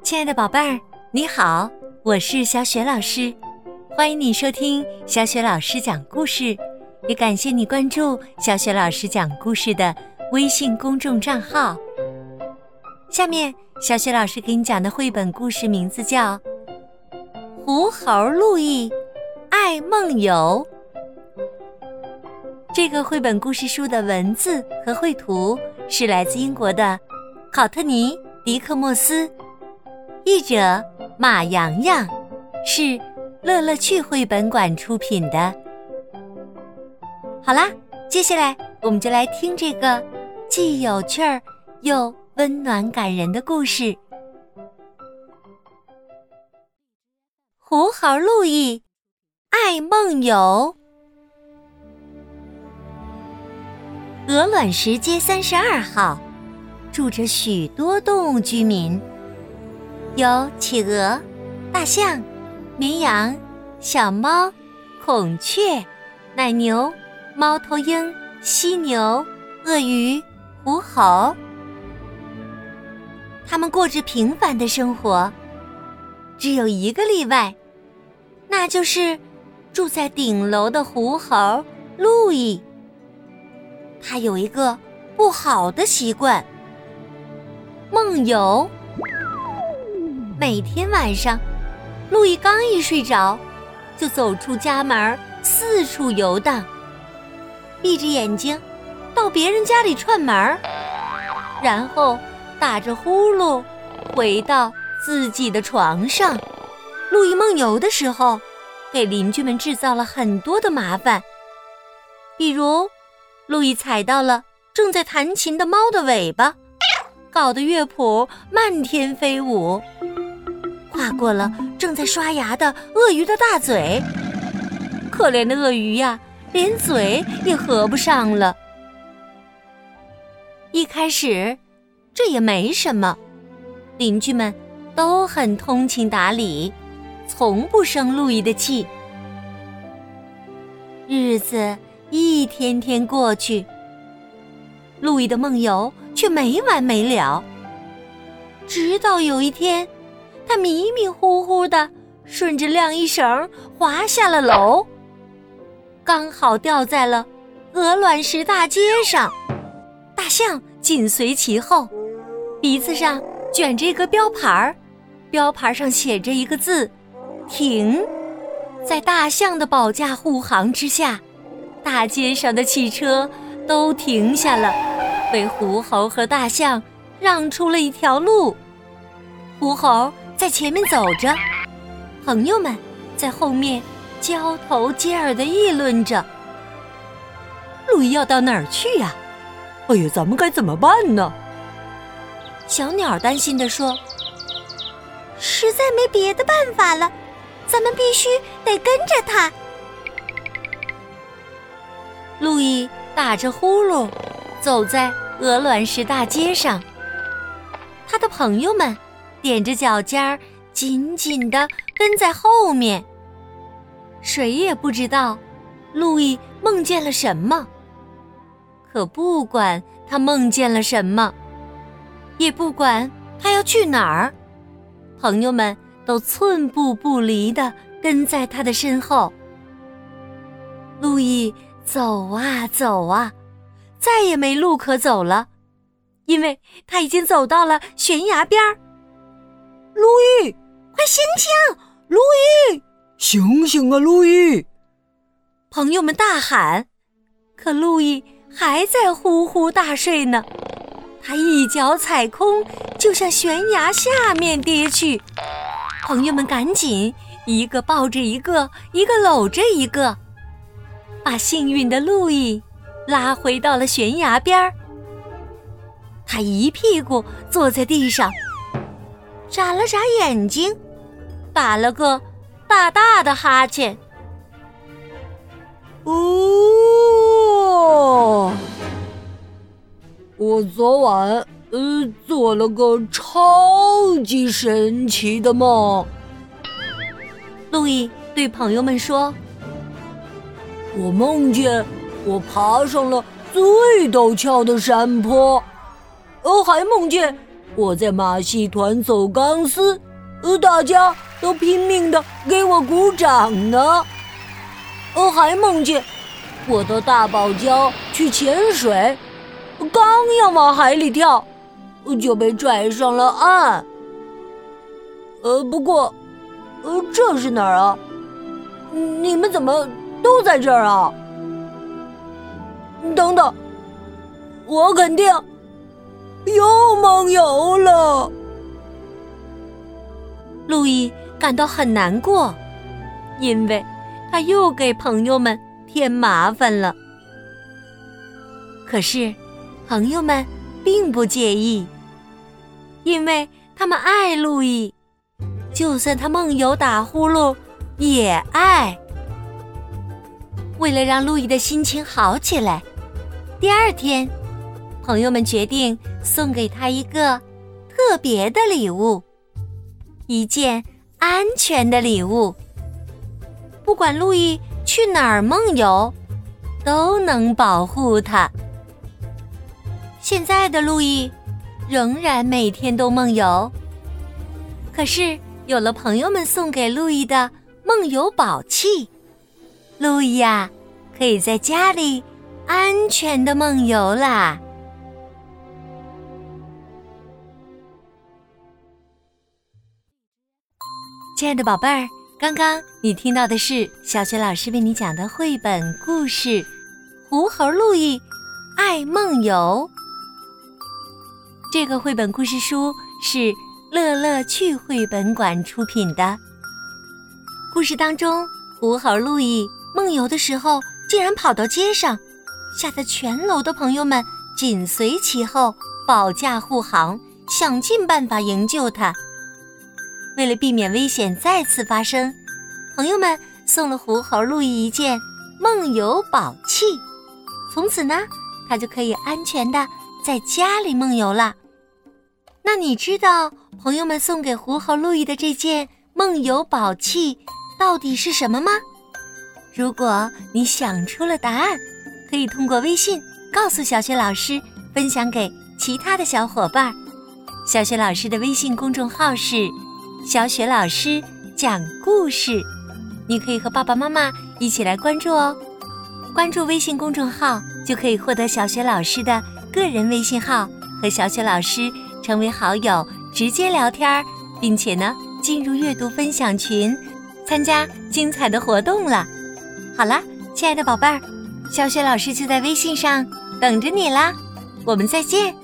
亲爱的宝贝儿，你好，我是小雪老师，欢迎你收听小雪老师讲故事，也感谢你关注小雪老师讲故事的微信公众账号。下面小雪老师给你讲的绘本故事名字叫《狐猴路易爱梦游》。这个绘本故事书的文字和绘图是来自英国的考特尼·迪克莫斯，译者马洋洋，是乐乐趣绘本馆出品的。好啦，接下来我们就来听这个既有趣儿又温暖感人的故事。狐猴路易爱梦游。鹅卵石街32号住着许多动物居民，有企鹅、大象、绵羊、小猫、孔雀、奶牛、猫头鹰、犀牛、鳄鱼、狐猴。他们过着平凡的生活，只有一个例外，那就是住在顶楼的狐猴路易。他有一个不好的习惯，梦游。每天晚上，路易刚一睡着，就走出家门，四处游荡，闭着眼睛到别人家里串门，然后打着呼噜回到自己的床上。路易梦游的时候，给邻居们制造了很多的麻烦，比如路易踩到了正在弹琴的猫的尾巴，搞得乐谱漫天飞舞；跨过了正在刷牙的鳄鱼的大嘴，可怜的鳄鱼呀，连嘴也合不上了。一开始这也没什么，邻居们都很通情达理，从不生路易的气。日子一天天过去，路易的梦游却没完没了。直到有一天，他迷迷糊糊地顺着晾衣绳滑下了楼，刚好掉在了鹅卵石大街上。大象紧随其后，鼻子上卷着一个标牌，标牌上写着一个字：停。在大象的保驾护航之下，大街上的汽车都停下了，为狐猴和大象让出了一条路。狐猴在前面走着，朋友们在后面交头接耳地议论着：路易要到哪儿去呀？哎呀，咱们该怎么办呢？小鸟担心地说：实在没别的办法了，咱们必须得跟着他。路易打着呼噜走在鹅卵石大街上，他的朋友们踮着脚尖紧紧地跟在后面。谁也不知道路易梦见了什么，可不管他梦见了什么，也不管他要去哪儿，朋友们都寸步不离地跟在他的身后。路易走啊走啊，再也没路可走了，因为他已经走到了悬崖边。路易，快醒醒！路易， 醒醒啊，路易！ 朋友们大喊，可路易还在呼呼大睡呢。他一脚踩空，就向悬崖下面跌去。朋友们赶紧一个抱着一个，一个搂着一个，把幸运的路易拉回到了悬崖边。他一屁股坐在地上，眨了眨眼睛，打了个大大的哈欠。 我昨晚做了个超级神奇的梦。 路易对朋友们说： 我梦见我爬上了最陡峭的山坡，还梦见我在马戏团走钢丝，大家都拼命地给我鼓掌呢。还梦见我的大堡礁去潜水，刚要往海里跳，就被拽上了岸。不过，这是哪儿啊？你们怎么都在这儿啊？等等，我肯定又梦游了。 路易感到很难过，因为他又给朋友们添麻烦了。可是，朋友们并不介意，因为他们爱路易，就算他梦游打呼噜也爱。为了让路易的心情好起来，第二天，朋友们决定送给他一个特别的礼物，一件安全的礼物。不管路易去哪儿梦游，都能保护他。现在的路易仍然每天都梦游，可是有了朋友们送给路易的梦游宝器，路易呀，可以在家里安全的梦游啦。亲爱的宝贝儿，刚刚你听到的是小雪老师为你讲的绘本故事《狐猴路易爱梦游》。这个绘本故事书是乐乐趣绘本馆出品的。故事当中，狐猴路易梦游的时候竟然跑到街上，吓得全楼的朋友们紧随其后，保驾护航，想尽办法营救他。为了避免危险再次发生，朋友们送了狐猴路易一件梦游宝器，从此呢，他就可以安全的在家里梦游了。那你知道朋友们送给狐猴路易的这件梦游宝器到底是什么吗？如果你想出了答案，可以通过微信告诉小雪老师，分享给其他的小伙伴。小雪老师的微信公众号是小雪老师讲故事，你可以和爸爸妈妈一起来关注哦。关注微信公众号就可以获得小雪老师的个人微信号，和小雪老师成为好友，直接聊天，并且呢，进入阅读分享群，参加精彩的活动了。好啦，亲爱的宝贝儿，小雪老师就在微信上等着你啦，我们再见。